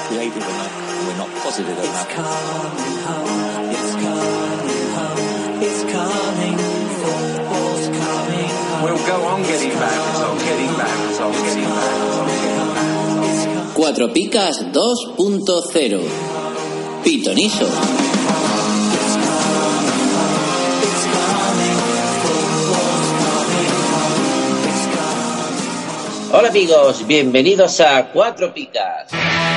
creative enough, we're not positive enough. It's coming home, it's coming home, it's coming, football's coming home. We'll go on getting back, so getting back, so getting back, so getting back. Cuatro Picas 2.0 Pitoniso. Hola amigos, bienvenidos a Cuatro Picas.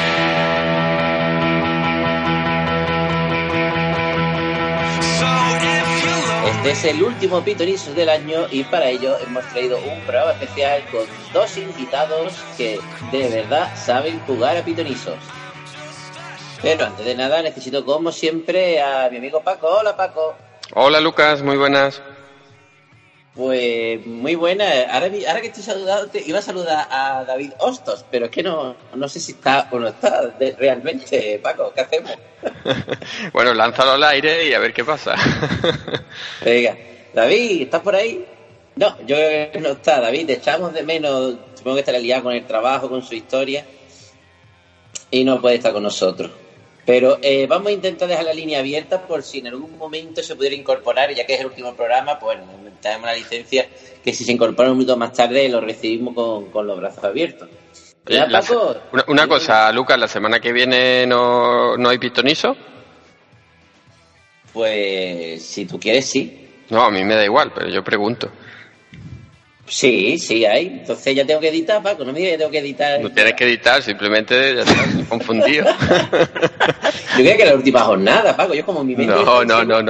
Este es el último Pitoniso del año y para ello hemos traído un programa especial con dos invitados que de verdad saben jugar a pitonisos. Pero antes de nada necesito como siempre a mi amigo Paco. Hola Paco. Hola Lucas, muy buenas. Pues muy buena. Ahora que estoy saludando, te iba a saludar a David Hostos, pero es que no sé si está o no está realmente, Paco. ¿Qué hacemos? Bueno, lánzalo al aire y a ver qué pasa. Venga, David, ¿estás por ahí? No, yo creo que no está. David, te echamos de menos. Supongo que estará liado con el trabajo, con su historia, y no puede estar con nosotros. Pero vamos a intentar dejar la línea abierta por si en algún momento se pudiera incorporar, ya que es el último programa, pues bueno, tenemos la licencia que si se incorpora un minuto más tarde lo recibimos con los brazos abiertos. ¿Ya, Paco? Una cosa, Lucas, ¿la semana que viene no hay pitoniso? Pues si tú quieres, sí. No, a mí me da igual, pero yo pregunto. Sí hay. Entonces ya tengo que editar, Paco. No me digas que tengo que editar. No tienes que editar, simplemente ya estás confundido. Yo creo que la última jornada, Paco. Yo como mi mente... No.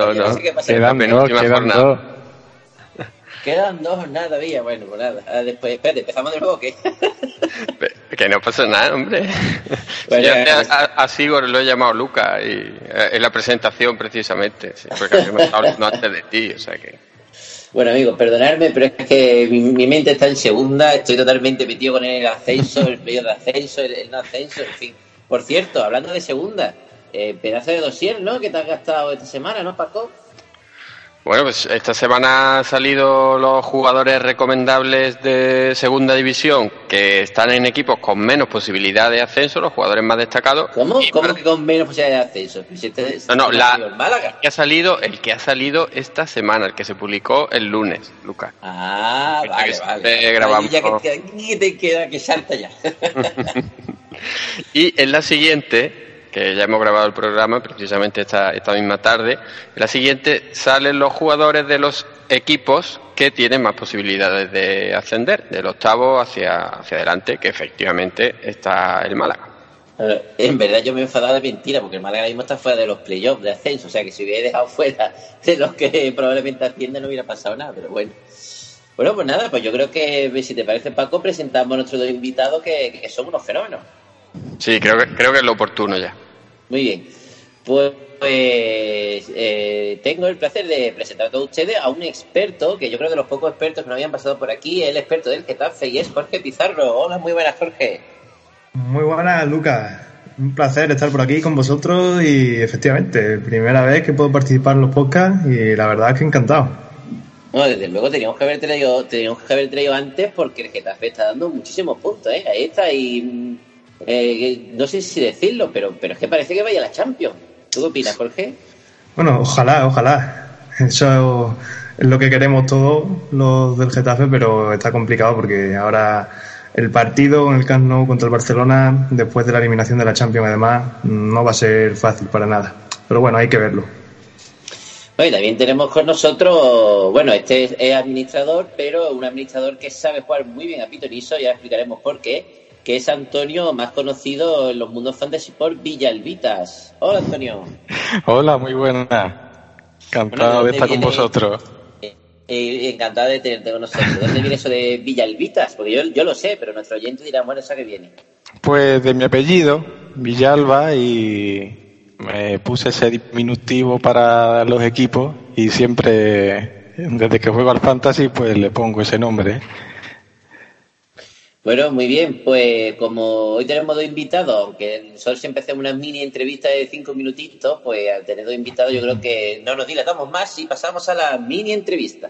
Quedan dos jornadas todavía. Bueno, pues nada. Después, espérate, empezamos de nuevo, ¿qué? Que no pasa nada, hombre. Bueno, si yo a Sigor lo he llamado Lucas y en la presentación precisamente, sí, porque yo me estaba hablando antes de ti, o sea que... Bueno, amigos, perdonadme, pero es que mi mente está en segunda, estoy totalmente metido con el ascenso, el periodo de ascenso, el no ascenso, en fin. Por cierto, hablando de segunda, pedazo de dossier, ¿no?, que te has gastado esta semana, ¿no, Paco? Bueno, pues esta semana han salido los jugadores recomendables de segunda división que están en equipos con menos posibilidad de ascenso, los jugadores más destacados. ¿Cómo que con menos posibilidad de ascenso? El que ha salido esta semana, el que se publicó el lunes, Lucas. Ah, vale. Grabamos. Ya que te queda que salta ya. Y en la siguiente, que ya hemos grabado el programa precisamente esta misma tarde, en la siguiente salen los jugadores de los equipos que tienen más posibilidades de ascender, del octavo hacia adelante, que efectivamente está el Málaga. En verdad yo me he enfadado de mentira, porque el Málaga mismo está fuera de los playoffs de ascenso, o sea que si hubiera dejado fuera de los que probablemente ascienden no hubiera pasado nada, pero bueno. Bueno, pues nada, pues yo creo que, si te parece, Paco, presentamos a nuestros dos invitados que son unos fenómenos. Sí, creo que es lo oportuno ya. Muy bien. Pues tengo el placer de presentar a todos ustedes a un experto, que yo creo que los pocos expertos que nos habían pasado por aquí, el experto del Getafe, y es Jorge Pizarro. Hola, muy buenas, Jorge. Muy buenas, Lucas. Un placer estar por aquí con vosotros y efectivamente, primera vez que puedo participar en los podcasts y la verdad es que encantado. No, desde luego teníamos que haber traído antes, porque el Getafe está dando muchísimos puntos, ¿eh? Ahí está y... no sé si decirlo, pero es que parece que vaya a la Champions. ¿Tú qué opinas, Jorge? Bueno, ojalá. Eso es lo que queremos todos los del Getafe, pero está complicado porque ahora el partido en el Camp Nou contra el Barcelona, después de la eliminación de la Champions, además, no va a ser fácil para nada. Pero bueno, hay que verlo. Bueno, y también tenemos con nosotros, bueno, este es administrador, pero un administrador que sabe jugar muy bien a pitoniso, ya explicaremos por qué, que es Antonio, más conocido en los mundos fantasy por Villalbitas. Hola, Antonio. Hola, muy buena. Encantado de estar con vosotros. Encantado de tenerte con nosotros. ¿De dónde viene eso de Villalbitas? Porque yo lo sé, pero nuestro oyente dirá, bueno, ¿esa qué viene? Pues de mi apellido, Villalba, y me puse ese diminutivo para los equipos y siempre, desde que juego al fantasy, pues le pongo ese nombre. Bueno, muy bien, pues como hoy tenemos dos invitados, aunque nosotros siempre hacemos una mini entrevista de 5 minutitos, pues al tener dos invitados yo creo que no nos dilatamos más y pasamos a la mini entrevista.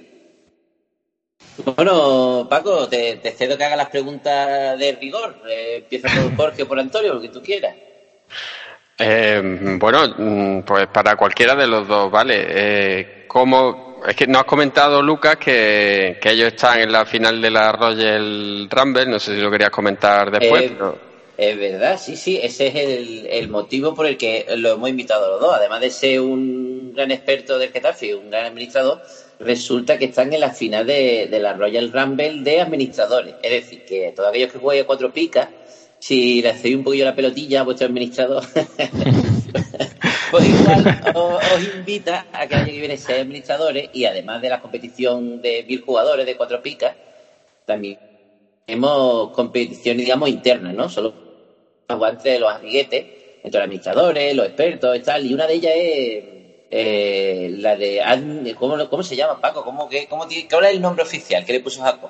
Bueno, Paco, te cedo que hagas las preguntas de rigor. Empieza por Jorge o por Antonio, lo que tú quieras. Bueno, pues para cualquiera de los dos, ¿vale? Es que nos has comentado, Lucas, que ellos están en la final de la Royal Rumble, no sé si lo querías comentar después. Es verdad, sí, ese es el motivo por el que lo hemos invitado a los dos. Además de ser un gran experto del Getafe y un gran administrador, resulta que están en la final de la Royal Rumble de administradores. Es decir, que todos aquellos que jueguen a 4 picas, si le hacéis un poquillo la pelotilla a vuestro administrador, pues igual os invita a que el año que viene seáis administradores, y además de la competición de 1000 jugadores de 4 picas, también tenemos competición, digamos, interna, ¿no? Solo entre los amiguetes, entre los administradores, los expertos y tal, y una de ellas es la de... ¿Cómo se llama, Paco? ¿Cuál es el nombre oficial que le puso Jaco?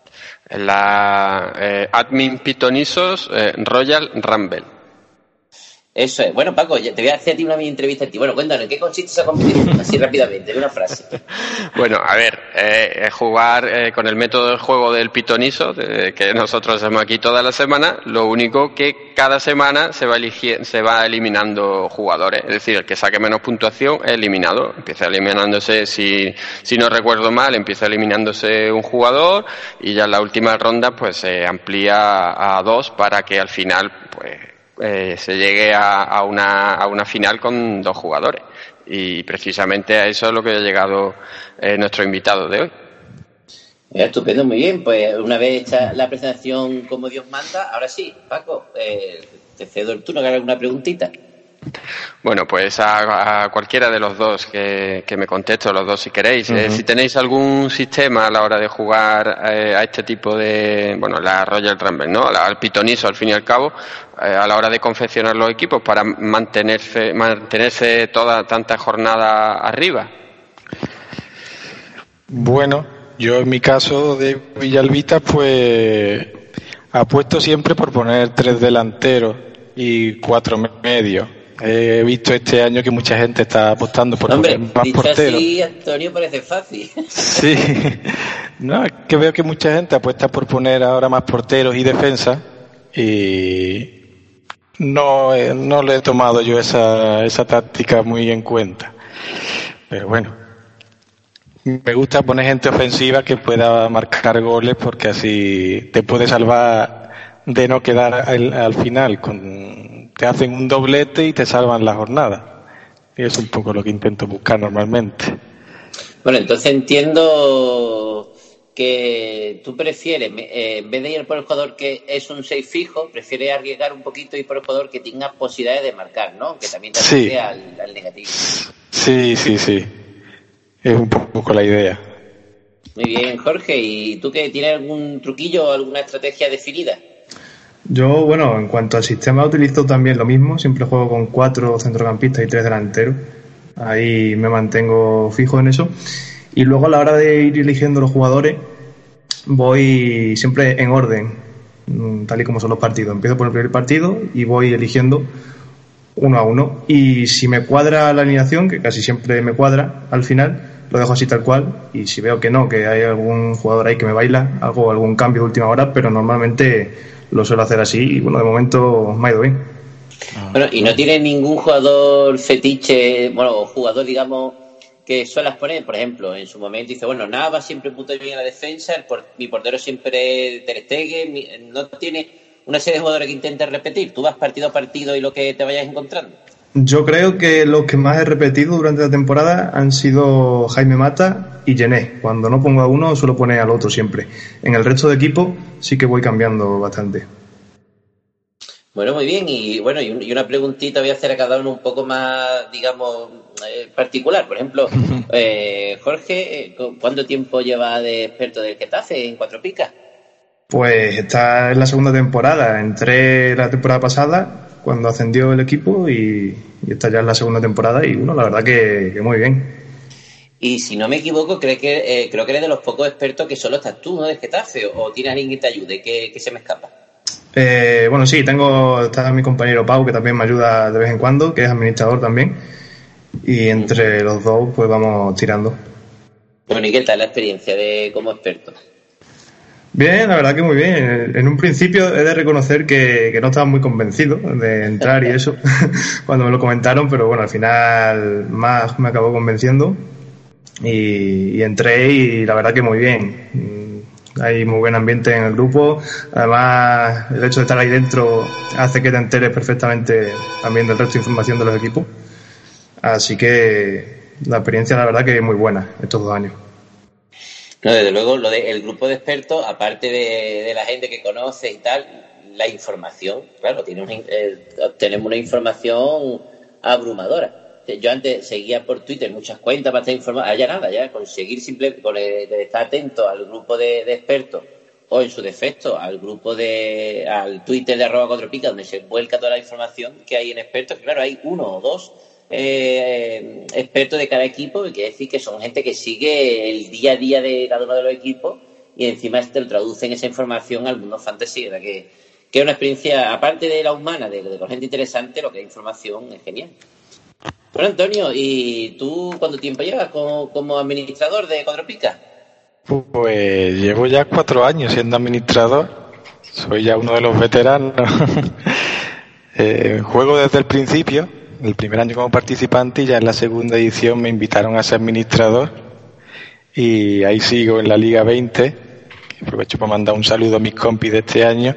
La Admin Pitonisos Royal Rumble. Eso es. Bueno, Paco, te voy a hacer a ti una mini entrevista a ti. Bueno, cuéntanos, ¿en qué consiste esa competición? Así rápidamente, en una frase. Bueno, a ver, jugar con el método del juego del pitoniso, que nosotros hacemos aquí toda la semana. Lo único que cada semana se va eliminando jugadores. Es decir, el que saque menos puntuación es eliminado. Empieza eliminándose, si no recuerdo mal, empieza eliminándose un jugador, y ya en la última ronda pues se amplía a 2 para que al final pues se llegue a una final con 2 jugadores, y precisamente a eso es lo que ha llegado nuestro invitado de hoy. Estupendo, muy bien. Pues una vez hecha la presentación como Dios manda, ahora sí, Paco, te cedo el turno, que haga alguna preguntita. Bueno, pues a cualquiera de los dos que me conteste, los dos si queréis. Si tenéis algún sistema a la hora de jugar a este tipo de, bueno, la Royal Rumble, ¿no? Al pitoniso, al fin y al cabo, a la hora de confeccionar los equipos para mantenerse tanta jornada arriba. Bueno, yo en mi caso de Villalbita, pues apuesto siempre por poner 3 delanteros y 4 medios. He visto este año que mucha gente está apostando por poner más porteros. Sí, Antonio, parece fácil. Sí, no, es que veo que mucha gente apuesta por poner ahora más porteros y defensa, y no le he tomado yo esa táctica muy en cuenta. Pero bueno, me gusta poner gente ofensiva que pueda marcar goles, porque así te puede salvar de no quedar al final te hacen un doblete y te salvan la jornada. Y es un poco lo que intento buscar normalmente. Bueno, entonces entiendo que tú prefieres, en vez de ir por el jugador que es un 6 fijo, prefieres arriesgar un poquito y por el jugador que tenga posibilidades de marcar, ¿no? Que también te afecte al negativo. Sí. Es un poco la idea. Muy bien, Jorge. ¿Y tú qué? ¿Tienes algún truquillo o alguna estrategia definida? Yo, bueno, en cuanto al sistema utilizo también lo mismo. Siempre juego con 4 centrocampistas y 3 delanteros. Ahí me mantengo fijo en eso. Y luego a la hora de ir eligiendo los jugadores, voy siempre en orden, tal y como son los partidos. Empiezo por el primer partido y voy eligiendo uno a uno. Y si me cuadra la alineación, que casi siempre me cuadra al final, lo dejo así tal cual. Y si veo que no, que hay algún jugador ahí que me baila, hago algún cambio de última hora, pero normalmente lo suelo hacer así, y bueno, de momento me ha ido bien. Bueno, ¿y no tienes ningún jugador fetiche, bueno, jugador, digamos, que suelas poner? Por ejemplo, en su momento dice, bueno, Nava siempre puto bien en la defensa, mi portero siempre Ter Stegen. ¿No tiene una serie de jugadores que intentes repetir? ¿Tú vas partido a partido y lo que te vayas encontrando? Yo creo que los que más he repetido durante la temporada han sido Jaime Mata y Gené. Cuando no pongo a uno, suelo poner al otro siempre. En el resto de equipos sí que voy cambiando bastante. Bueno, muy bien. Y bueno, y una preguntita voy a hacer a cada uno un poco más, digamos, particular. Por ejemplo, Jorge, ¿cuánto tiempo lleva de experto del Getafe en 4 picas? Pues esta es la segunda temporada. Entré la temporada pasada cuando ascendió el equipo, y esta ya es la segunda temporada, y bueno, la verdad que muy bien. Y si no me equivoco, creo que eres de los pocos expertos que solo estás tú, ¿no?, de Getafe, o tienes alguien que te ayude, que se me escapa. Bueno, sí, está mi compañero Pau, que también me ayuda de vez en cuando, que es administrador también, y entre los dos pues vamos tirando. Bueno, ¿y qué tal la experiencia como experto? Bien, la verdad que muy bien. En un principio he de reconocer que no estaba muy convencido de entrar y eso cuando me lo comentaron, pero bueno, al final más me acabó convenciendo y entré y la verdad que muy bien. Hay muy buen ambiente en el grupo. Además, el hecho de estar ahí dentro hace que te enteres perfectamente también del resto de información de los equipos. Así que la experiencia la verdad que es muy buena estos 2 años. No, desde luego, el grupo de expertos, aparte de la gente que conoce y tal, la información, claro, tenemos una información abrumadora. Yo antes seguía por Twitter muchas cuentas para estar informado, ya nada, ya conseguir con estar atento al grupo de expertos o en su defecto al Twitter de @4picas donde se vuelca toda la información que hay en expertos, que claro, hay 1 o 2 expertos de cada equipo, y quiere decir que son gente que sigue el día a día de cada uno de los equipos y encima te lo traducen esa información al mundo fantasy, ¿verdad? Que es una experiencia, aparte de la humana, de con gente interesante, lo que es información es genial. Bueno, Antonio, ¿y tú cuánto tiempo llevas como administrador de 4picas? Pues llevo ya 4 años siendo administrador, soy ya uno de los veteranos. Juego desde el principio. El primer año como participante y ya en la segunda edición me invitaron a ser administrador y ahí sigo en la Liga 20. Aprovecho para mandar un saludo a mis compis de este año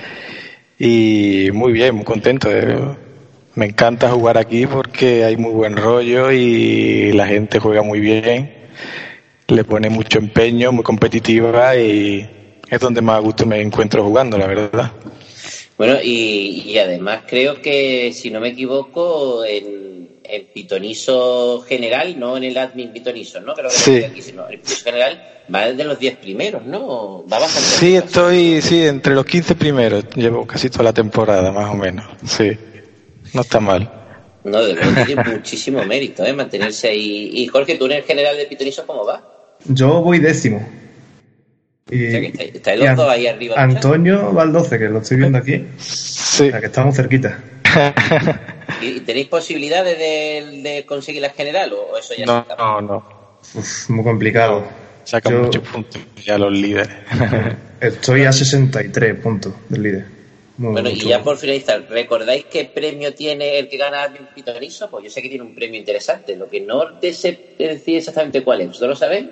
y muy bien, muy contento. Me encanta jugar aquí porque hay muy buen rollo y la gente juega muy bien, le pone mucho empeño, muy competitiva y es donde más a gusto me encuentro jugando, la verdad. Bueno, y además creo que, si no me equivoco, en Pitoniso general, no en el admin Pitoniso, ¿no? Creo que sí. Aquí, sino en el Pitoniso general va desde los 10 primeros, ¿no? Va bastante. Sí, estoy entre los 15 primeros, llevo casi toda la temporada, más o menos, sí, no está mal. No, de verdad tiene muchísimo mérito, mantenerse ahí. Y Jorge, ¿tú en el general de Pitoniso cómo vas? Yo voy 10º. Y, o sea, que estáis los dos ahí arriba. Antonio va al 12, que lo estoy viendo aquí. Sí. O sea, que estamos cerquita. ¿Y tenéis posibilidades de conseguir la general o eso ya no, se acaba? No. Uf, muy complicado. Sacan muchos puntos ya los líderes. Estoy a 63 puntos del líder. Bueno, y ya por finalizar, ¿recordáis qué premio tiene el que gana Admin Pitoniso? Pues yo sé que tiene un premio interesante. Lo que no sé decir exactamente cuál es. ¿Vosotros lo sabéis?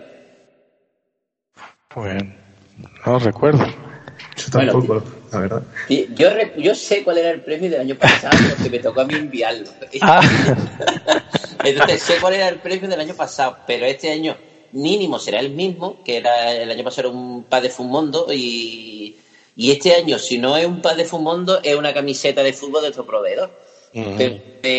Pues no recuerdo. Yo tampoco, la verdad. Yo sé cuál era el premio del año pasado porque me tocó a mí enviarlo. Entonces sé cuál era el premio del año pasado, pero este año mínimo será el mismo, que era el año pasado era un pack de Fumondo y este año, si no es un pack de Fumondo, es una camiseta de fútbol de otro proveedor. Uh-huh.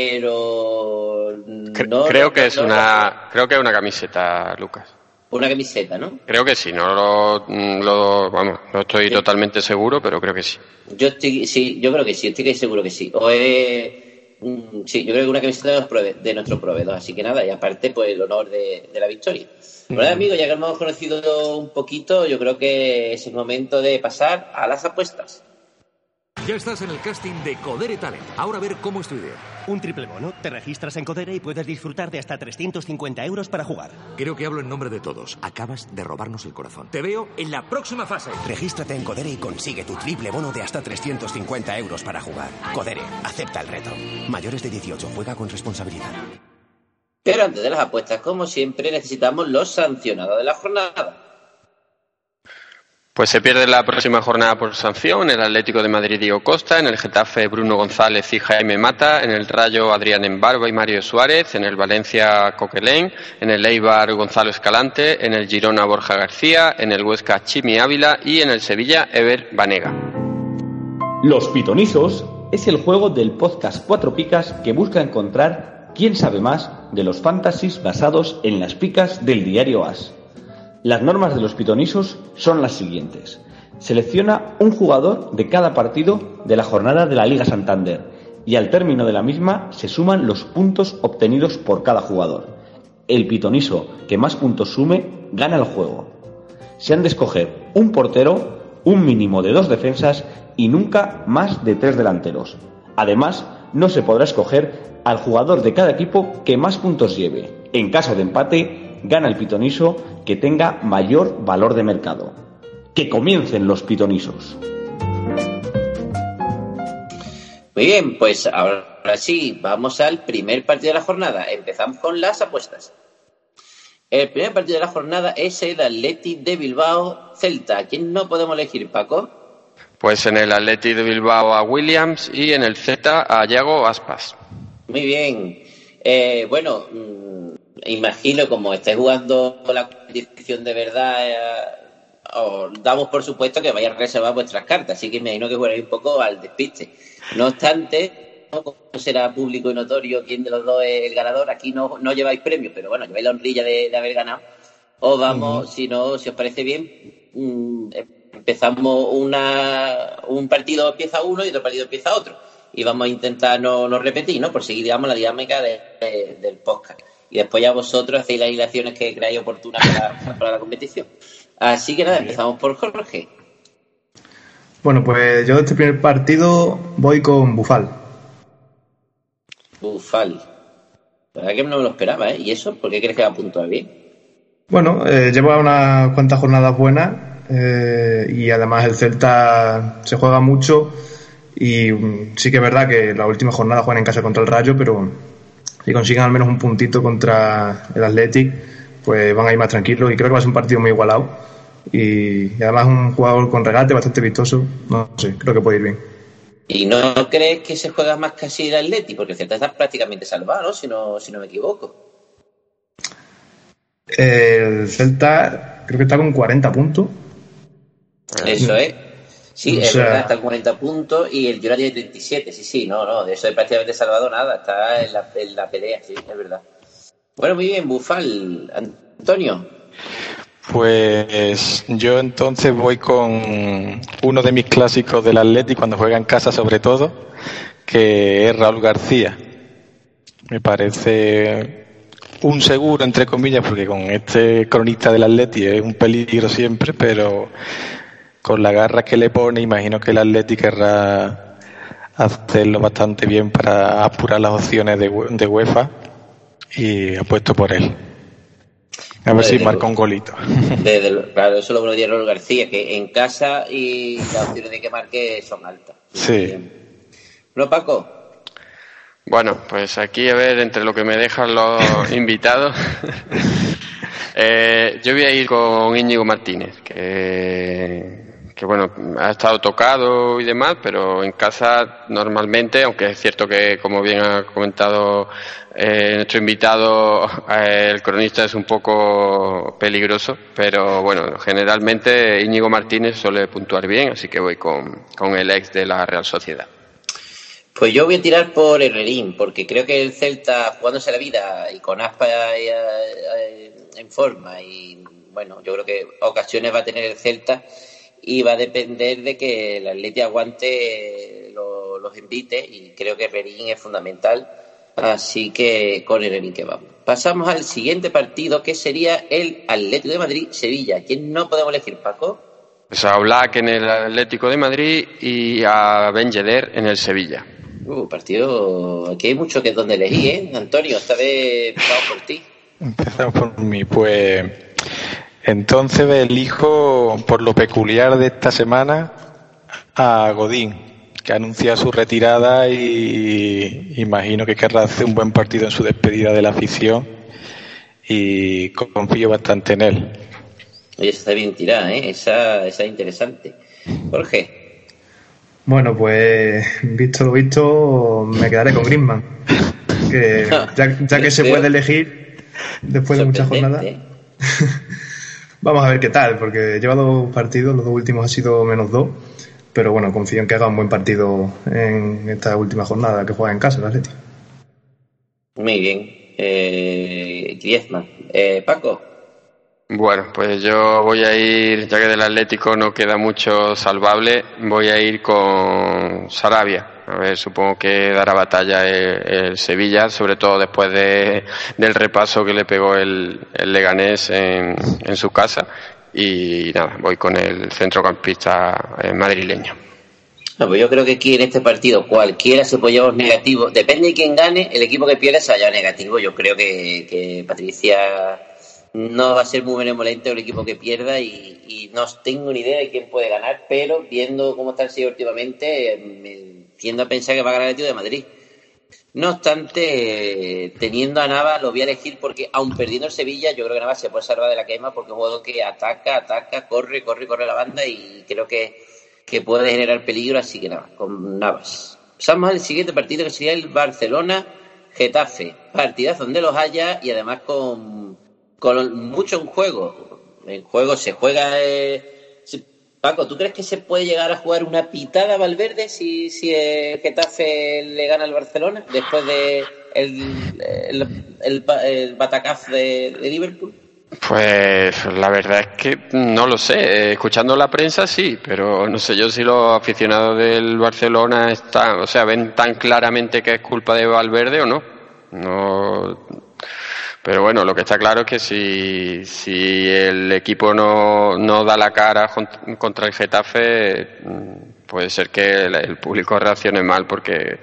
Pero creo que es una camiseta, Lucas. Una camiseta, ¿no? Creo que sí, no estoy totalmente seguro, pero creo que sí. Yo creo que sí, estoy seguro que sí. Sí, yo creo que una camiseta de nuestro proveedor, así que nada, y aparte, pues el honor de la victoria. Bueno, amigos, ya que hemos conocido un poquito, yo creo que es el momento de pasar a las apuestas. Ya estás en el casting de Codere Talent. Ahora a ver cómo es tu idea. Un triple bono. Te registras en Codere y puedes disfrutar de hasta 350 euros para jugar. Creo que hablo en nombre de todos. Acabas de robarnos el corazón. Te veo en la próxima fase. Regístrate en Codere y consigue tu triple bono de hasta 350 euros para jugar. Codere, acepta el reto. Mayores de 18, juega con responsabilidad. Pero antes de las apuestas, como siempre, necesitamos los sancionados de la jornada. Pues se pierde la próxima jornada por sanción: en el Atlético de Madrid Diego Costa, en el Getafe Bruno González y Jaime Mata, en el Rayo Adrián Embarba y Mario Suárez, en el Valencia Coquelén, en el Eibar Gonzalo Escalante, en el Girona Borja García, en el Huesca Chimi Ávila y en el Sevilla Ever Banega. Los Pitonisos es el juego del podcast 4 Picas que busca encontrar quién sabe más de los fantasies basados en las picas del diario AS. Las normas de los pitonisos son las siguientes. Selecciona un jugador de cada partido de la jornada de la Liga Santander y al término de la misma se suman los puntos obtenidos por cada jugador. El pitoniso que más puntos sume gana el juego. Se han de escoger un portero, un mínimo de 2 defensas y nunca más de 3 delanteros. Además, no se podrá escoger al jugador de cada equipo que más puntos lleve. En caso de empate, gana el pitoniso que tenga mayor valor de mercado. Que comiencen los pitonisos. Muy bien, pues ahora sí, vamos al primer partido de la jornada. Empezamos con las apuestas. El primer partido de la jornada es el Athletic de Bilbao Celta. ¿A quién no podemos elegir, Paco? Pues en el Athletic de Bilbao a Williams y en el Celta a Yago Aspas. Muy bien. Bueno, imagino como estáis jugando la competición de verdad, os damos por supuesto que vais a reservar vuestras cartas, así que me imagino que jugaréis un poco al despiste. No obstante, no será público y notorio quién de los dos es el ganador. Aquí no lleváis premios, pero bueno, lleváis la honrilla de haber ganado. Os vamos, si os parece bien, empezamos un partido empieza uno y otro partido empieza otro. Y vamos a intentar no repetir, ¿no? Por seguir, digamos, la dinámica del podcast. Y después ya vosotros hacéis las hilaciones que creáis oportunas para la competición. Así que nada, empezamos por Jorge. Bueno, pues yo de este primer partido voy con Bufal. Bufal. La verdad que no me lo esperaba, ¿eh? ¿Y eso? ¿Por qué crees que va a puntuar bien? Bueno, lleva unas cuantas jornadas buenas y además el Celta se juega mucho y sí que es verdad que la última jornada juegan en casa contra el Rayo, pero si consiguen al menos un puntito contra el Athletic, pues van a ir más tranquilos y creo que va a ser un partido muy igualado y además un jugador con regate bastante vistoso, no sé, creo que puede ir bien. ¿Y no crees que se juega más casi el Athletic? Porque el Celta está prácticamente salvado, ¿no? Si no me equivoco. El Celta creo que está con 40 puntos. Eso es. Sí, es verdad, está con 40 puntos y el Girona tiene 37. Sí, no, de eso es prácticamente salvado nada. Está en la pelea, sí, es verdad. Bueno, muy bien, Bufal. Antonio. Pues yo entonces voy con uno de mis clásicos del Athletic cuando juega en casa sobre todo, que es Raúl García. Me parece un seguro, entre comillas, porque con este cronista del Athletic es un peligro siempre, pero con la garra que le pone, imagino que el Athletic querrá hacerlo bastante bien para apurar las opciones de UEFA y apuesto por él. A ver si marca un golito. Claro, eso lo bueno de Raúl García, que en casa y las opciones de que marque son altas. Sí. ¿No, Paco? Bueno, pues aquí a ver, entre lo que me dejan los invitados, yo voy a ir con Íñigo Martínez, que bueno, ha estado tocado y demás, pero en casa normalmente, aunque es cierto que, como bien ha comentado nuestro invitado, el cronista es un poco peligroso, pero bueno, generalmente Íñigo Martínez suele puntuar bien, así que voy con el ex de la Real Sociedad. Pues yo voy a tirar por Herrerín, porque creo que el Celta, jugándose la vida y con Aspas en forma, y bueno, yo creo que ocasiones va a tener el Celta y va a depender de que el Atleti aguante los envites, y creo que Herrerín es fundamental, así que con Herrerín que vamos. Pasamos al siguiente partido, que sería el Atlético de Madrid-Sevilla. ¿Quién no podemos elegir, Paco? Pues a Oblak en el Atlético de Madrid y a Ben Yedder en el Sevilla. Partido... Aquí hay mucho que es donde elegí, ¿eh? Antonio, esta vez empezamos por ti. Empezamos por mí, pues... Entonces elijo, por lo peculiar de esta semana, a Godín, que ha anunciado su retirada y imagino que querrá hacer un buen partido en su despedida de la afición y confío bastante en él. Oye, está bien tirada, ¿eh? Esa es interesante. Jorge. Bueno, pues visto lo visto, me quedaré con Griezmann, que ya que se puede elegir después de muchas jornadas. Vamos a ver qué tal, porque lleva 2 partidos, los 2 últimos ha sido -2, pero bueno, confío en que haga un buen partido en esta última jornada que juega en casa el Atlético. Muy bien. Griezmann. Paco. Bueno, pues yo voy a ir, ya que del Atlético no queda mucho salvable, voy a ir con Sarabia. A ver, supongo que dará batalla el Sevilla, sobre todo después del repaso que le pegó el Leganés en su casa. Y nada, voy con el centrocampista madrileño. No, pues yo creo que aquí en este partido cualquiera se puede llevar negativo. Depende de quién gane, el equipo que pierda se vaya negativo. Yo creo que Patricia no va a ser muy benevolente el equipo que pierda y no tengo ni idea de quién puede ganar, pero viendo cómo está el Sevilla últimamente, me tiendo a pensar que va a ganar el Atlético de Madrid. No obstante, teniendo a Navas, lo voy a elegir porque, aun perdiendo el Sevilla, yo creo que Navas se puede salvar de la quema porque es un jugador que ataca, corre la banda y creo que puede generar peligro, así que nada, con Navas. Pasamos al siguiente partido, que sería el Barcelona-Getafe. Partidazo donde los haya y además con mucho en juego. En juego se juega... Paco, ¿tú crees que se puede llegar a jugar una pitada a Valverde si el Getafe le gana al Barcelona después de el batacazo de Liverpool? Pues la verdad es que no lo sé. Escuchando la prensa sí, pero no sé yo si los aficionados del Barcelona ven tan claramente que es culpa de Valverde o no. Pero bueno, lo que está claro es que si el equipo no da la cara contra el Getafe, puede ser que el público reaccione mal porque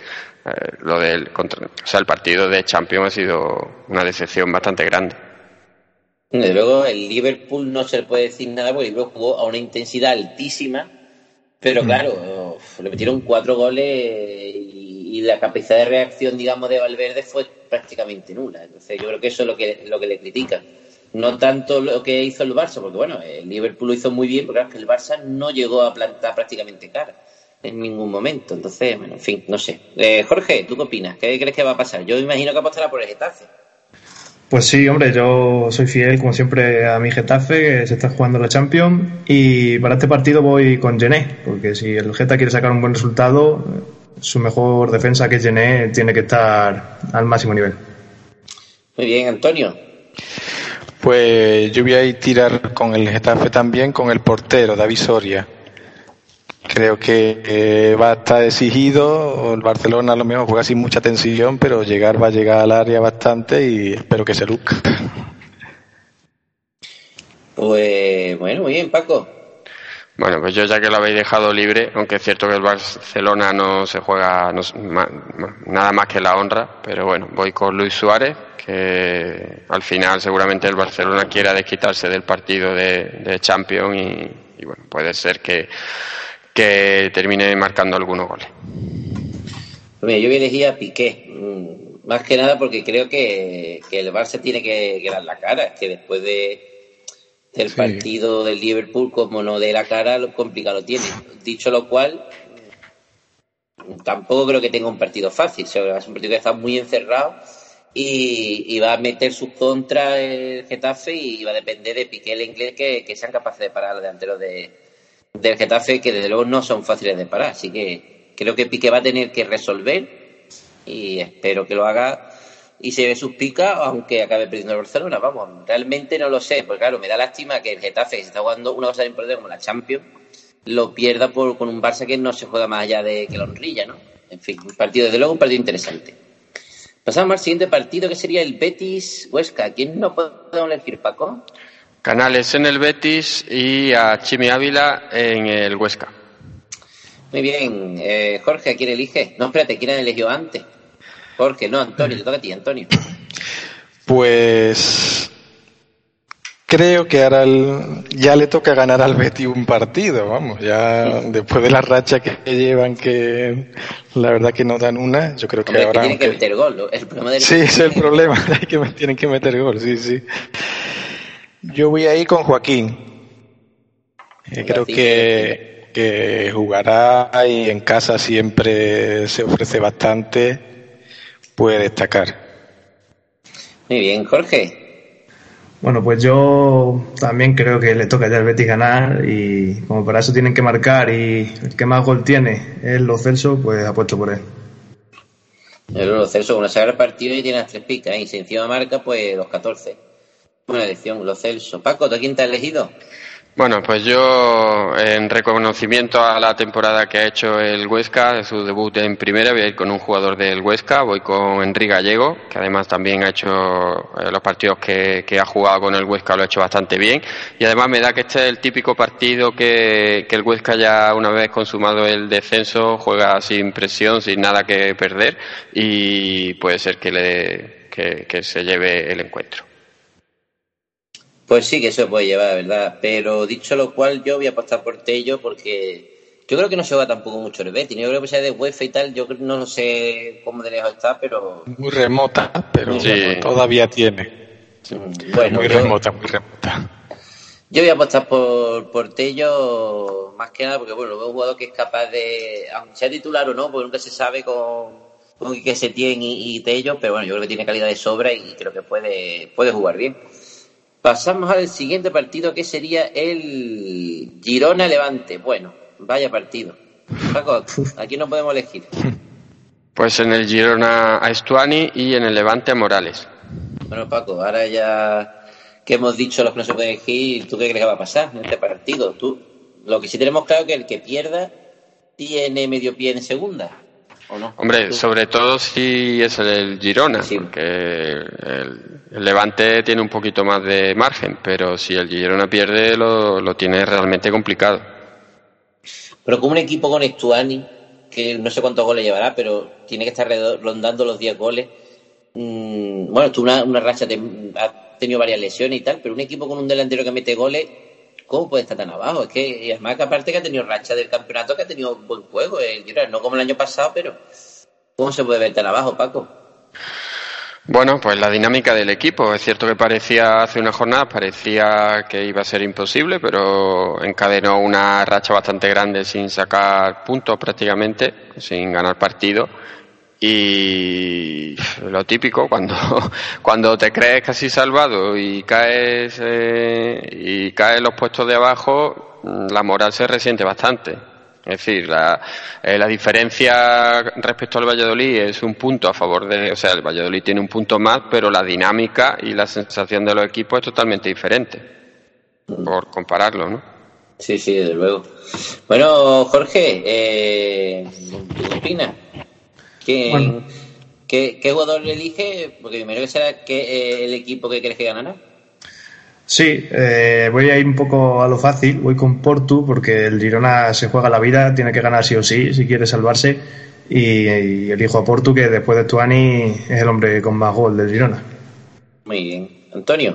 el partido de Champions ha sido una decepción bastante grande. Desde luego, el Liverpool no se le puede decir nada porque el Liverpool jugó a una intensidad altísima, pero claro, le metieron 4 goles y la capacidad de reacción, digamos, de Valverde fue prácticamente nula. Entonces yo creo que eso es lo que le critican. No tanto lo que hizo el Barça, porque bueno, el Liverpool lo hizo muy bien, pero claro, es que el Barça no llegó a plantar prácticamente cara en ningún momento. Entonces, bueno, en fin, no sé. Jorge, ¿tú qué opinas? ¿Qué crees que va a pasar? Yo imagino que apostará por el Getafe. Pues sí, hombre, yo soy fiel, como siempre, a mi Getafe, que se está jugando la Champions, y para este partido voy con Gené, porque si el Getafe quiere sacar un buen resultado, su mejor defensa, que es Gené, tiene que estar al máximo nivel. Muy bien, Antonio. Pues yo voy a ir tirar con el Getafe también, con el portero, David Soria. Creo que va a estar exigido. El Barcelona a lo mejor juega sin mucha tensión, pero va a llegar al área bastante y espero que se luzca. Pues bueno, muy bien, Paco. Bueno, pues yo ya que lo habéis dejado libre, aunque es cierto que el Barcelona no se juega nada más que la honra, pero bueno, voy con Luis Suárez, que al final seguramente el Barcelona quiera desquitarse del partido de Champions y bueno, puede ser que termine marcando algunos goles. Mira, yo voy a elegir a Piqué, más que nada porque creo que el Barça tiene que dar la cara. Es que después del partido del Liverpool, como no dé la cara, lo complicado lo tiene. Dicho lo cual, tampoco creo que tenga un partido fácil. O sea, es un partido que está muy encerrado y va a meter sus contras el Getafe y va a depender de Piqué, el inglés, que sean capaces de parar a los delanteros del Getafe, que desde luego no son fáciles de parar. Así que creo que Piqué va a tener que resolver y espero que lo haga y se ve sus picas, aunque acabe perdiendo el Barcelona. Vamos, realmente no lo sé, porque claro, me da lástima que el Getafe, que se está jugando una cosa importante como la Champions, lo pierda con un Barça que no se juega más allá de que la honrilla, ¿no? En fin, desde luego un partido interesante. Pasamos al siguiente partido, que sería el Betis-Huesca. ¿Quién no podemos elegir, Paco? Canales en el Betis y a Chimi Ávila en el Huesca. Muy bien. Jorge, ¿a quién elige? No, espérate, ¿quién eligió antes? Jorge, no, Antonio, te toca a ti, Antonio. Pues creo que ahora ya le toca ganar al Betis un partido, vamos, ya después de la racha que llevan, que la verdad que no dan una, yo creo que hombre, ahora... Tienen que meter gol, el problema del... Sí, ese es el problema, que tienen que meter gol, sí. Yo voy a ir con Joaquín. Creo que jugará y en casa siempre se ofrece bastante, puede destacar. Muy bien, Jorge. Bueno, pues yo también creo que le toca ya al Betis ganar y como para eso tienen que marcar y el que más gol tiene es Lo Celso, pues apuesto por él. Lo Celso, cuando se agarra el partido y tiene las 3 picas y si encima marca, pues los 14. Buena elección, Lo Celso. Paco, ¿tú a quién te has elegido? Bueno, pues yo, en reconocimiento a la temporada que ha hecho el Huesca, de su debut en primera, voy a ir con un jugador del Huesca, voy con Henry Gallego, que además también ha hecho los partidos que ha jugado con el Huesca, lo ha hecho bastante bien, y además me da que este es el típico partido que el Huesca ya una vez consumado el descenso juega sin presión, sin nada que perder, y puede ser que se lleve el encuentro. Pues sí que eso puede llevar, ¿verdad? Pero dicho lo cual, yo voy a apostar por Tello porque yo creo que no se juega tampoco mucho el Betis. Yo creo que sea de UEFA y tal, yo no sé cómo de lejos está, pero... Muy remota, pero Sí. bueno, todavía tiene. Bueno, muy remota. Yo voy a apostar por Tello más que nada porque, bueno, veo un jugador que es capaz de, aunque sea titular o no, porque nunca se sabe con que se tiene y Tello, pero bueno, yo creo que tiene calidad de sobra y creo que puede jugar bien. Pasamos al siguiente partido que sería el Girona-Levante. Bueno, vaya partido. Paco, aquí no podemos elegir. Pues en el Girona a Estuani y en el Levante a Morales. Bueno, Paco, ahora ya que hemos dicho los que no se pueden elegir, ¿tú qué crees que va a pasar en este partido? Lo que sí tenemos claro es que el que pierda tiene medio pie en segunda, ¿o no? Hombre, sobre todo si es el Girona, Sí. porque el Levante tiene un poquito más de margen, pero si el Girona pierde lo tiene realmente complicado. Pero como un equipo con Estuani, que no sé cuántos goles llevará, pero tiene que estar rondando los 10 goles. Bueno, tuvo una racha, ha tenido varias lesiones y tal, pero un equipo con un delantero que mete goles, ¿cómo puede estar tan abajo? Es que, y además que aparte que ha tenido racha del campeonato, que ha tenido buen juego, no como el año pasado, pero ¿cómo se puede ver tan abajo, Paco? Bueno, pues la dinámica del equipo. Es cierto que hace unas jornadas parecía que iba a ser imposible, pero encadenó una racha bastante grande sin sacar puntos prácticamente, sin ganar partido. Y lo típico, cuando te crees casi salvado y caes los puestos de abajo, la moral se resiente bastante. Es decir, la diferencia respecto al Valladolid es un punto a favor o sea, el Valladolid tiene un punto más, pero la dinámica y la sensación de los equipos es totalmente diferente, por compararlo, ¿no? Sí, desde luego. Bueno, Jorge, ¿qué opinas? ¿Qué jugador elige? Porque primero que será el equipo que crees que ganará. Sí, voy a ir un poco a lo fácil, voy con Portu porque el Girona se juega la vida, tiene que ganar sí o sí, si quiere salvarse, y elijo a Portu, que después de Estuani es el hombre con más gol del Girona. Muy bien. Antonio.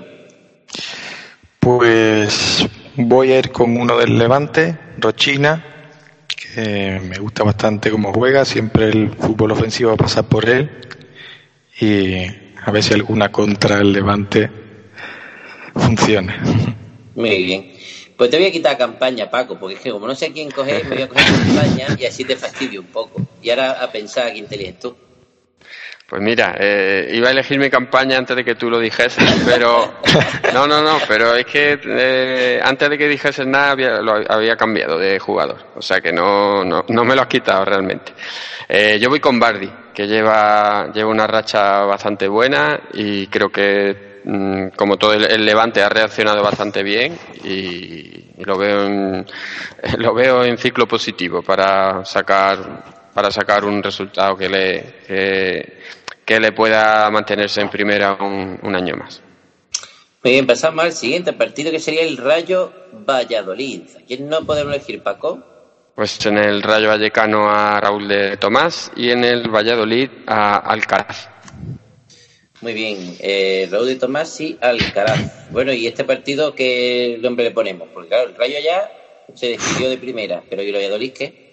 Pues voy a ir con uno del Levante, Rochina, que me gusta bastante cómo juega, siempre el fútbol ofensivo va a pasar por él, y a ver si alguna contra el Levante funciona. Muy bien. Pues te voy a quitar campaña, Paco, porque es que como no sé quién coger, me voy a coger campaña y así te fastidio un poco. Y ahora a pensar a quién te eliges tú. Pues mira, iba a elegir mi campaña antes de que tú lo dijeses, pero no, pero es que antes de que dijeses nada había cambiado de jugador, o sea que no me lo has quitado realmente. Yo voy con Bardi, que lleva una racha bastante buena y creo que como todo el Levante ha reaccionado bastante bien y lo veo en ciclo positivo para sacar un resultado que le pueda mantenerse en primera un año más. Muy bien, pasamos al siguiente partido, que sería el Rayo Valladolid. ¿Quién no podemos elegir, Paco? Pues en el Rayo Vallecano a Raúl de Tomás y en el Valladolid a Alcaraz. Muy bien, Raúl de Tomás y Alcaraz. Bueno, y este partido, ¿qué nombre le ponemos? Porque claro, el Rayo ya se decidió de primera, pero ¿y el Valladolid qué?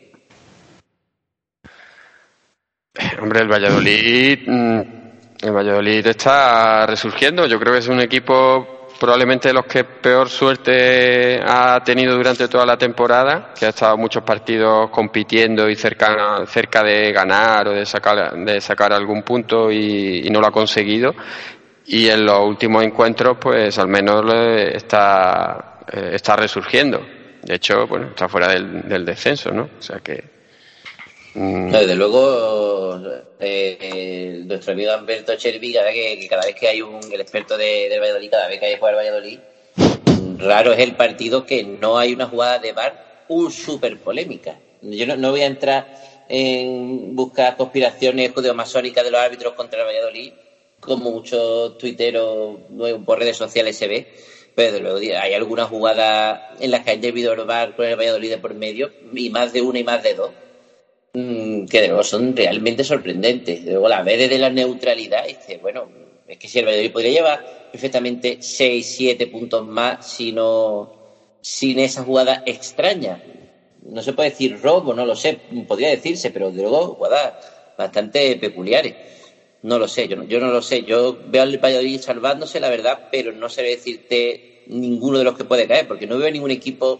Hombre, el Valladolid está resurgiendo. Yo creo que es un equipo probablemente de los que peor suerte ha tenido durante toda la temporada, que ha estado muchos partidos compitiendo y cerca de ganar o de sacar algún punto y no lo ha conseguido. Y en los últimos encuentros, pues al menos está resurgiendo. De hecho, bueno, está fuera del descenso, ¿no? O sea que Desde luego, nuestro amigo Alberto Chervi, cada vez que hay el experto del Valladolid, cada vez que hay que jugar Valladolid, raro es el partido que no hay una jugada de VAR súper polémica. Yo no voy a entrar en buscar conspiraciones judeomasónicas de los árbitros contra el Valladolid, como muchos tuiteros por redes sociales se ve, pero luego hay algunas jugadas en las que hay debido VAR con el Valladolid de por medio, y más de una y más de dos, que de luego son realmente sorprendentes. Luego la ves de la neutralidad y dices, bueno, Es que si el Valladolid podría llevar perfectamente 6-7 puntos más sin esa jugada extraña. No se puede decir robo, no lo sé, podría decirse, pero de luego jugadas bastante peculiares. No lo sé, yo no lo sé. Yo veo al Valladolid salvándose, la verdad, pero no sé decirte ninguno de los que puede caer, porque no veo ningún equipo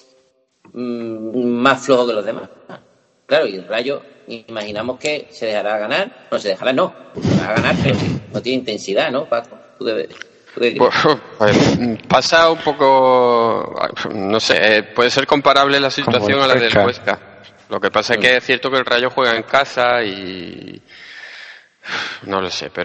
más flojo que los demás. Claro, y el Rayo, imaginamos que se dejará ganar. No, se dejará ganar, pero no tiene intensidad, ¿no, Paco? Pasa un poco, no sé, puede ser comparable la situación a la del Huesca. Lo que pasa es que es cierto que el Rayo juega en casa y no lo sé,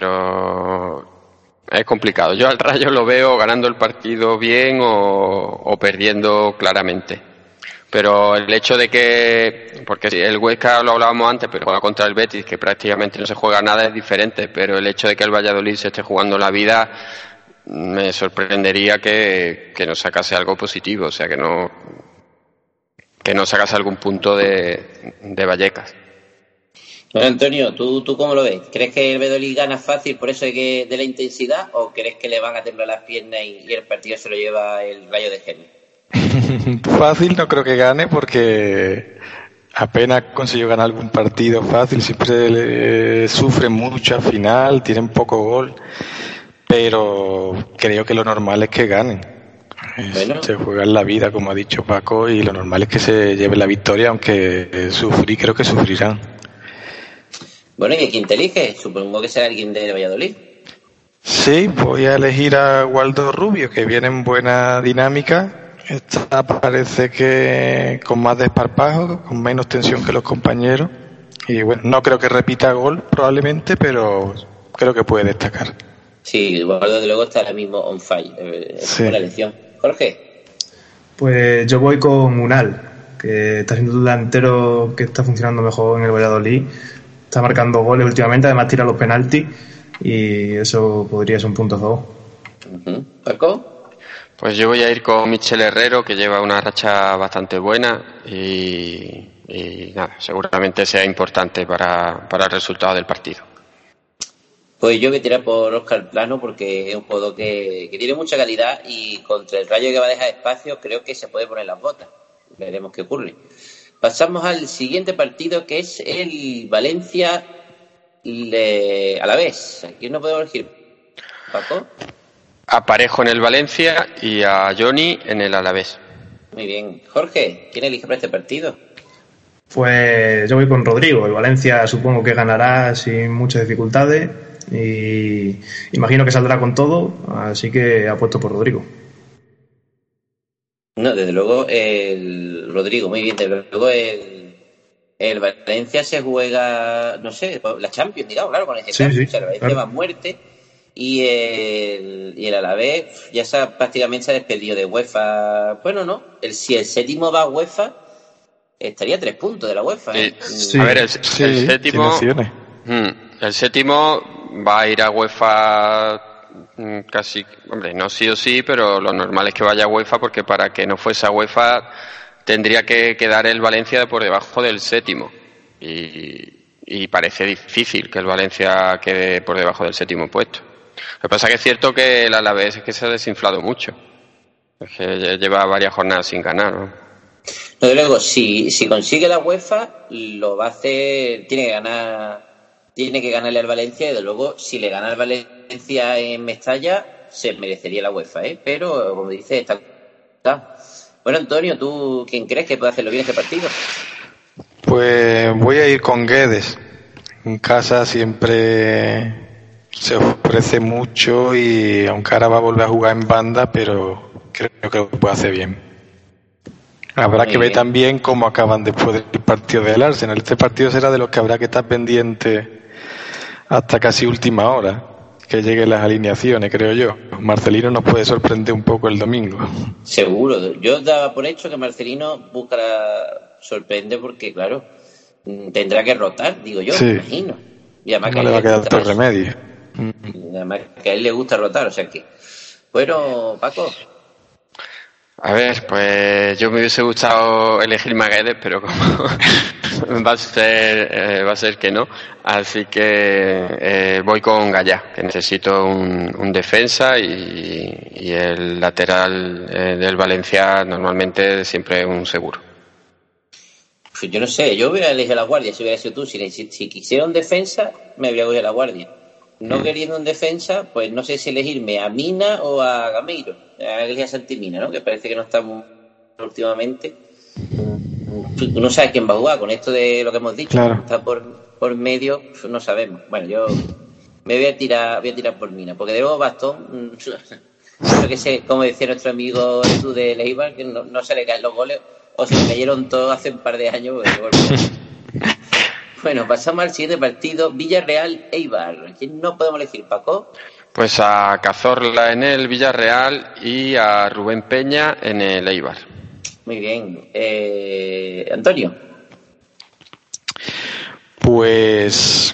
pero es complicado. Yo al Rayo lo veo ganando el partido bien o perdiendo claramente. Pero el hecho de que, porque el Huesca lo hablábamos antes, pero juega contra el Betis, que prácticamente no se juega nada, es diferente. Pero el hecho de que el Valladolid se esté jugando la vida, me sorprendería que no sacase algo positivo, o sea, que no sacase algún punto de Vallecas. Bueno, Antonio, ¿tú cómo lo ves? ¿Crees que el Valladolid gana fácil por eso de la intensidad o crees que le van a temblar las piernas y el partido se lo lleva el Rayo de Genio? Fácil no creo que gane porque apenas consiguió ganar algún partido fácil, siempre sufren mucho al final, tienen poco gol, pero creo que lo normal es que ganen. Bueno. Se juegan la vida, como ha dicho Paco, y lo normal es que se lleve la victoria, aunque creo que sufrirán. Bueno, ¿y a quién te elige? Supongo que será alguien de Valladolid. Sí, voy a elegir a Waldo Rubio, que viene en buena dinámica. Esta parece que con más desparpajo, con menos tensión que los compañeros. Y bueno, no creo que repita gol probablemente, pero creo que puede destacar. Sí, Waldo desde luego está ahora mismo on fire. Es una elección. Jorge. Pues yo voy con Unal, que está siendo un delantero que está funcionando mejor en el Valladolid. Está marcando goles últimamente, además tira los penaltis y eso podría ser un punto a favor. ¿Paco? Pues yo voy a ir con Michel Herrero, que lleva una racha bastante buena y nada, seguramente sea importante para el resultado del partido. Pues yo voy a tirar por Óscar Plano porque es un jugador que tiene mucha calidad y contra el Rayo que va a dejar espacio creo que se puede poner las botas. Veremos qué ocurre. Pasamos al siguiente partido que es el Valencia Alavés. ¿A quién no podemos elegir? ¿Paco? A Parejo en el Valencia y a Johnny en el Alavés. Muy bien. Jorge, ¿quién elige para este partido? Pues yo voy con Rodrigo. El Valencia supongo que ganará sin muchas dificultades y imagino que saldrá con todo, así que apuesto por Rodrigo. No, desde luego el Rodrigo, muy bien. Desde luego el Valencia se juega, no sé, la Champions, digamos, claro, con el Getafe. Sí, o sea, el Valencia va a muerte. Y el Alavés ya prácticamente se ha despedido de UEFA. Bueno, no. Si el séptimo va a UEFA, estaría a 3 puntos de la UEFA. Sí. A ver, el séptimo. El séptimo va a ir a UEFA casi. Hombre, no sí o sí, pero lo normal es que vaya a UEFA porque para que no fuese a UEFA tendría que quedar el Valencia por debajo del séptimo. Y parece difícil que el Valencia quede por debajo del séptimo puesto. Lo que pasa es que es cierto que el Alavés es que se ha desinflado mucho. Es que lleva varias jornadas sin ganar, ¿no? Desde luego, si consigue la UEFA, lo va a hacer, tiene que ganarle al Valencia y desde luego, si le gana al Valencia en Mestalla, se merecería la UEFA, pero como dices, está. Bueno, Antonio, ¿tú quién crees que puede hacerlo bien este partido? Pues voy a ir con Guedes. En casa siempre se ofrece mucho y aunque ahora va a volver a jugar en banda, pero creo que lo puede hacer bien. Habrá que ver también cómo acaban después del partido del Arsenal. Este partido será de los que habrá que estar pendiente hasta casi última hora, que lleguen las alineaciones, creo yo. Marcelino nos puede sorprender un poco el domingo. Seguro. Yo daba por hecho que Marcelino sorprende porque, claro, tendrá que rotar, digo yo, me imagino. Y además no le va a quedar otro remedio. Y además que a él le gusta rotar, o sea que... Bueno, Paco... A ver, pues yo me hubiese gustado elegir Maguedes, pero como va a ser que no. Así que voy con Gallá, que necesito un defensa y el lateral del Valencia normalmente siempre es un seguro. Pues yo no sé, yo hubiera elegido la Guardia si hubiera sido tú. Si quisiera un defensa, me habría cogido la Guardia. No queriendo un defensa, pues no sé si elegirme a Mina o a Gameiro. A elegir a Santimina, ¿no? Que parece que no estamos últimamente. No sabes quién va a jugar con esto de lo que hemos dicho. Claro. Está por medio, pues no sabemos. Bueno, yo me voy a tirar por Mina, porque de nuevo Bastón, creo que sé, como decía nuestro amigo Edu de Leibar, que no se le caen los goles, o se le cayeron todos hace un par de años. Bueno, pasamos al siguiente partido, Villarreal-Eibar. ¿Quién no podemos elegir, Paco? Pues a Cazorla en el Villarreal y a Rubén Peña en el Eibar. Muy bien. Antonio. Pues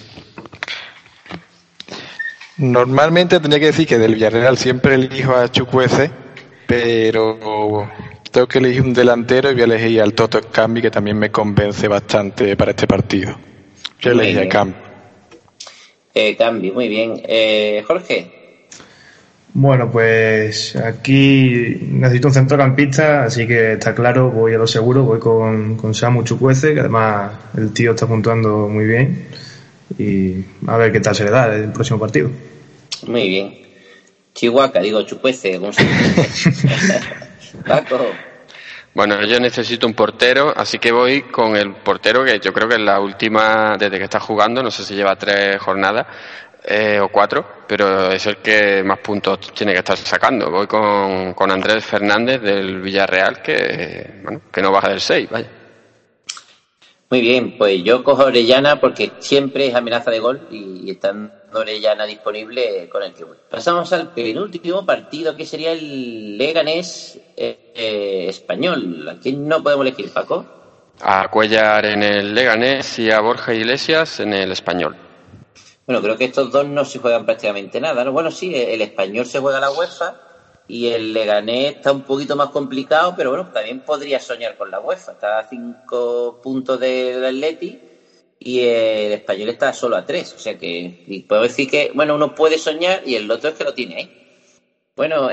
normalmente tendría que decir que del Villarreal siempre elijo a Chukwueze, pero tengo que elegir un delantero y voy a elegir al Toto Cambi, que también me convence bastante para este partido. Yo elegí a Cambi. Cambi, muy bien. Jorge. Bueno, pues aquí necesito un centrocampista, así que está claro, voy a lo seguro, voy con Samu Chukwueze, que además el tío está puntuando muy bien, y a ver qué tal se le da el próximo partido. Muy bien. Chukwueze, ¿cómo se dice? Paco. Bueno, yo necesito un portero, así que voy con el portero que yo creo que es la última, desde que está jugando, no sé si lleva 3 jornadas o 4, pero es el que más puntos tiene que estar sacando. Voy con Andrés Fernández del Villarreal, que no baja del 6, vaya. Muy bien, pues yo cojo a Orellana porque siempre es amenaza de gol y estando Orellana disponible con el que voy. Pasamos al penúltimo partido, que sería el Leganés Español. ¿A quién no podemos elegir, Paco? A Cuellar en el Leganés y a Borja Iglesias en el Español. Bueno, creo que estos dos no se juegan prácticamente nada, ¿no? Bueno, sí, el Español se juega la UEFA y el Leganés está un poquito más complicado, pero bueno, también podría soñar con la UEFA. Está a 5 puntos del Atleti y el Español está solo a 3. O sea que puedo decir que, bueno, uno puede soñar y el otro es que lo tiene ahí. Bueno,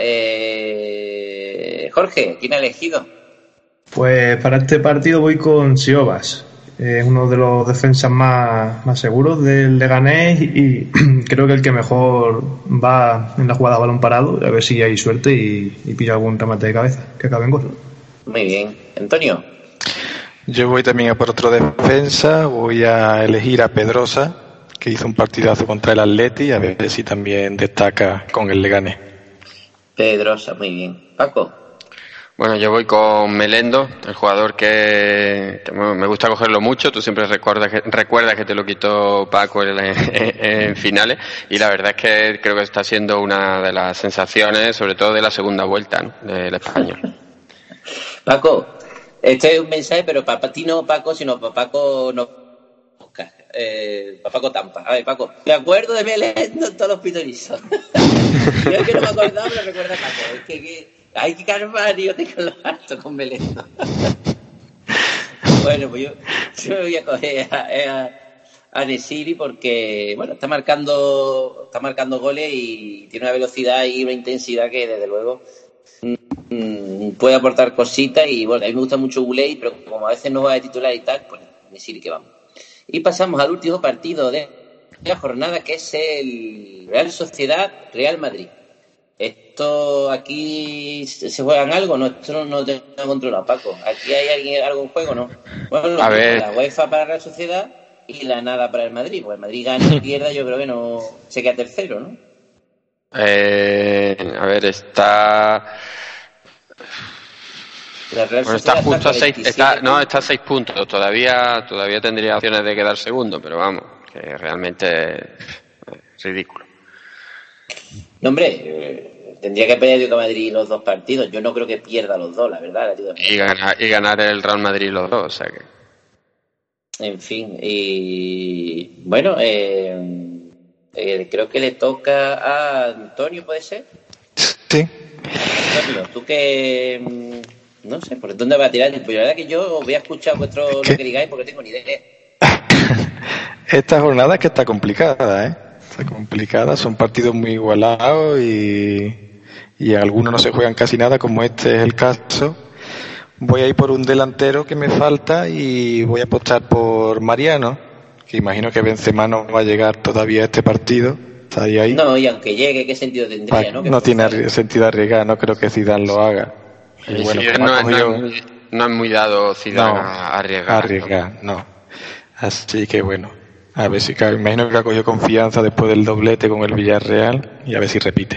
Jorge, ¿quién ha elegido? Pues para este partido voy con Siobas. Es uno de los defensas más seguros del Leganés y creo que el que mejor va en la jugada a balón parado, a ver si hay suerte y pilla algún remate de cabeza que acabe en gol. Muy bien. Antonio. Yo voy también a por otro defensa, voy a elegir a Pedrosa, que hizo un partidazo contra el Atleti, a ver si también destaca con el Leganés. Pedrosa, muy bien. Paco. Bueno, yo voy con Melendo, el jugador que me gusta cogerlo mucho. Tú siempre recuerdas que te lo quitó Paco en finales, y la verdad es que creo que está siendo una de las sensaciones, sobre todo de la segunda vuelta, ¿no?, del Español. Paco, este es un mensaje, pero para ti no, Paco, sino para Paco no. Para Paco Tampa. A ver, Paco, me acuerdo de Melendo en todos los pitonizos. Yo es que no me acordaba, pero recuerda Paco. Es que hay que Carvalho tengo los hartos con Melendo. Bueno, pues yo me voy a coger a Nesiri porque, bueno, está marcando goles y tiene una velocidad y una intensidad que, desde luego, puede aportar cositas. Y bueno, a mí me gusta mucho Guley, pero como a veces no va de titular y tal, pues Nesiri que vamos. Y pasamos al último partido de la jornada, que es el Real Sociedad-Real Madrid. Esto aquí se juegan algo, nosotros no tenemos controlado, Paco. Aquí hay algo en juego, ¿no? Bueno, a ver, la UEFA para la Real Sociedad y la nada para el Madrid. Pues el Madrid gana y pierda, yo creo que no se queda tercero, ¿no? A ver, está. Bueno, está justo a 6, está a 6 puntos. Todavía tendría opciones de quedar segundo, pero vamos, que realmente es ridículo. No, hombre, tendría que perder el Madrid los 2 partidos. Yo no creo que pierda los 2, la verdad. Y ganar el Real Madrid los 2, o sea que. En fin, y bueno, creo que le toca a Antonio, ¿puede ser? Sí. Antonio, tú que No sé, ¿por dónde va a tirar? Pues la verdad que yo voy a escuchar lo que digáis porque tengo ni idea. Esta jornada es que está complicada, ¿eh? Está complicada, son partidos muy igualados y algunos no se juegan casi nada, como este es el caso. Voy a ir por un delantero que me falta y voy a apostar por Mariano, que imagino que Benzema no va a llegar todavía a este partido. Estaría ahí. No, y aunque llegue, ¿qué sentido tendría? No tiene sentido arriesgar, no creo que Zidane lo haga. Y bueno, no es muy dado Zidane a arriesgar. No. Así que bueno, a ver si imagino que ha cogido confianza después del doblete con el Villarreal y a ver si repite.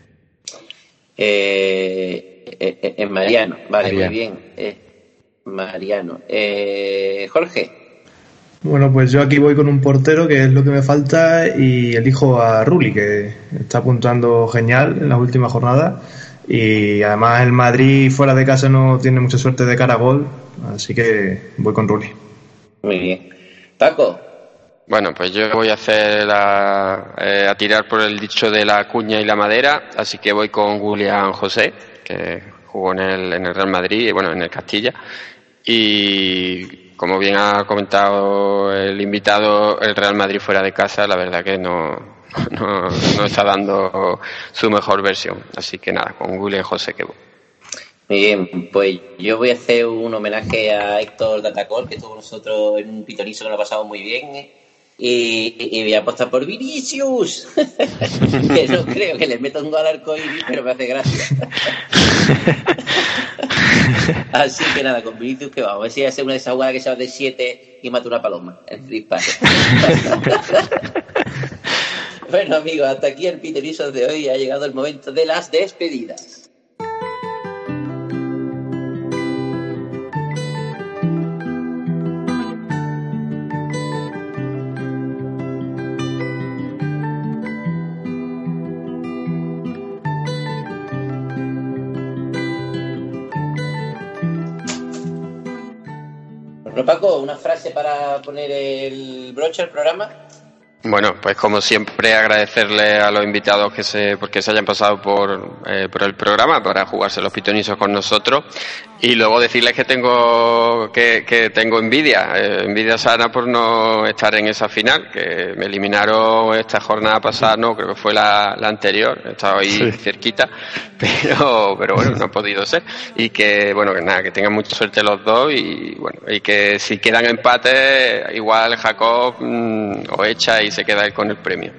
En Mariano, vale, Mariano. Muy bien. Mariano. Jorge. Bueno, pues yo aquí voy con un portero, que es lo que me falta, y elijo a Rulli, que está puntuando genial en las últimas jornadas. Y además el Madrid fuera de casa no tiene mucha suerte de cara a gol, así que voy con Rulli. Muy bien. Paco. Bueno, pues yo voy a hacer a tirar por el dicho de la cuña y la madera, así que voy con William José, que jugó en el Real Madrid, bueno, en el Castilla, y como bien ha comentado el invitado, el Real Madrid fuera de casa, la verdad que no está dando su mejor versión, así que nada, con William José que voy. Muy bien, pues yo voy a hacer un homenaje a Héctor Datacol, que estuvo con nosotros en un pitonizo que lo ha pasado muy bien, y voy a apostar por Vinicius, que no creo que le meta un gol al arcoíris, pero me hace gracia. Así que nada, con Vinicius que vamos, a ver si hace una de esas jugadas que se va de 7 y mata una paloma, el disparo. Bueno amigos, hasta aquí el pitonizo de hoy, ha llegado el momento de las despedidas. Bueno, Paco, una frase para poner el broche al programa. Bueno, pues como siempre agradecerle a los invitados porque se hayan pasado por el programa para jugarse los pitonizos con nosotros, y luego decirles que tengo envidia sana por no estar en esa final, que me eliminaron esta jornada pasada, no, creo que fue la anterior, he estado ahí cerquita, pero bueno, no ha podido ser, y que bueno, que nada, que tengan mucha suerte los dos, y bueno, y que si quedan empates, igual Jacob o echa y se queda él con el premio.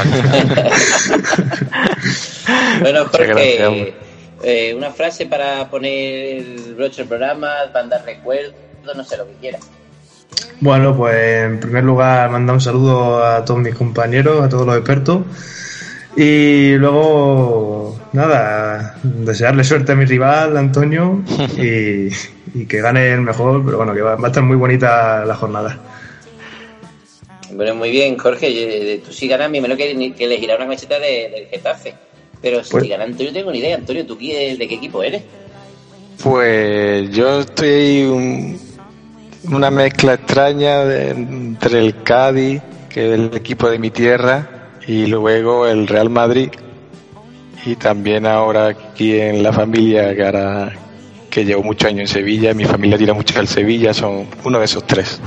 Bueno, Jorge, una frase para poner el broche del programa, para dar recuerdos, no sé, lo que quieras. Bueno, pues en primer lugar mandar un saludo a todos mis compañeros, a todos los expertos, y luego nada, desearle suerte a mi rival Antonio y que gane el mejor, pero bueno, que va a estar muy bonita la jornada. Bueno, muy bien, Jorge, tú si ganas, menos que elegirá una camiseta del Getafe. Pero si gana Antonio, no tengo ni idea. Antonio, ¿tú de qué equipo eres? Pues yo estoy una mezcla extraña entre el Cádiz, que es el equipo de mi tierra, y luego el Real Madrid. Y también ahora aquí en la familia, que llevo muchos años en Sevilla, mi familia tira mucho al Sevilla, son uno de esos tres.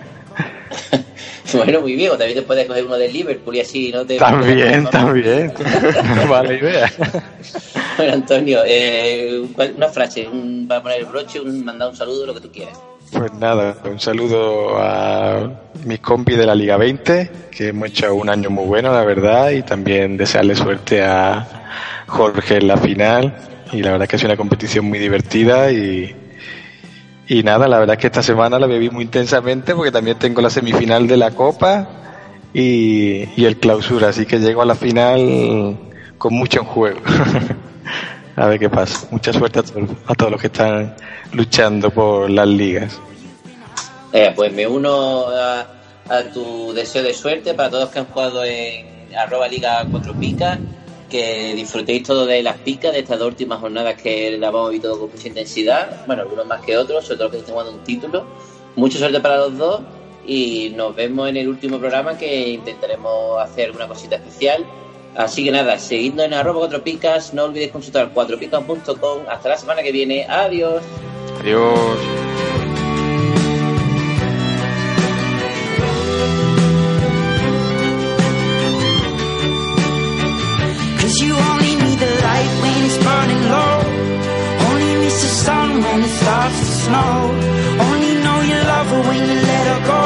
Bueno, muy bien, o también te puedes coger uno del Liverpool y así no te... También. Vale idea. Bueno, Antonio, una frase, para poner el broche, mandar un saludo, lo que tú quieras. Pues nada, un saludo a mis compis de la Liga 20, que hemos hecho un año muy bueno, la verdad, y también desearle suerte a Jorge en la final, y la verdad es que es una competición muy divertida y nada, la verdad es que esta semana la viví muy intensamente porque también tengo la semifinal de la Copa y el Clausura, así que llego a la final con mucho en juego. A ver qué pasa. Mucha suerte a todos los que están luchando por las ligas. Pues me uno a tu deseo de suerte para todos que han jugado en @Liga4Picas, que disfrutéis todo de las picas de estas dos últimas jornadas que la vamos a vivir todo con mucha intensidad, bueno, algunos más que otros, sobre todo los que estén jugando un título. Mucha suerte para los dos y nos vemos en el último programa, que intentaremos hacer alguna cosita especial Así que nada, seguidnos en @4picas, no olvides consultar 4picas.com. Hasta la semana que viene. Adiós. Adiós. You only need the light when it's burning low. Only miss the sun when it starts to snow. Only know you love her when you let her go.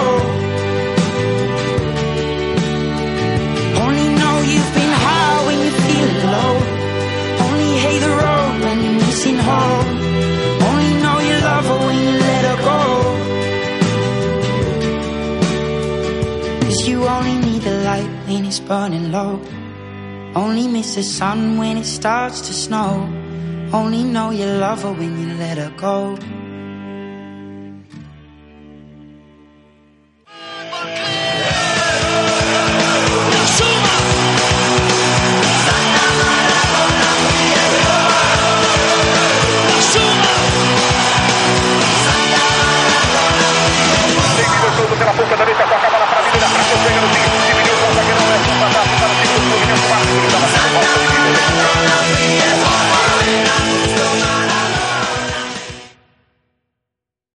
Only know you've been high when you're feeling low. Only hate the road when you're missing home. Only know you love her when you let her go. 'Cause you only need the light when it's burning low. Only miss the sun when it starts to snow. Only know you love her when you let her go.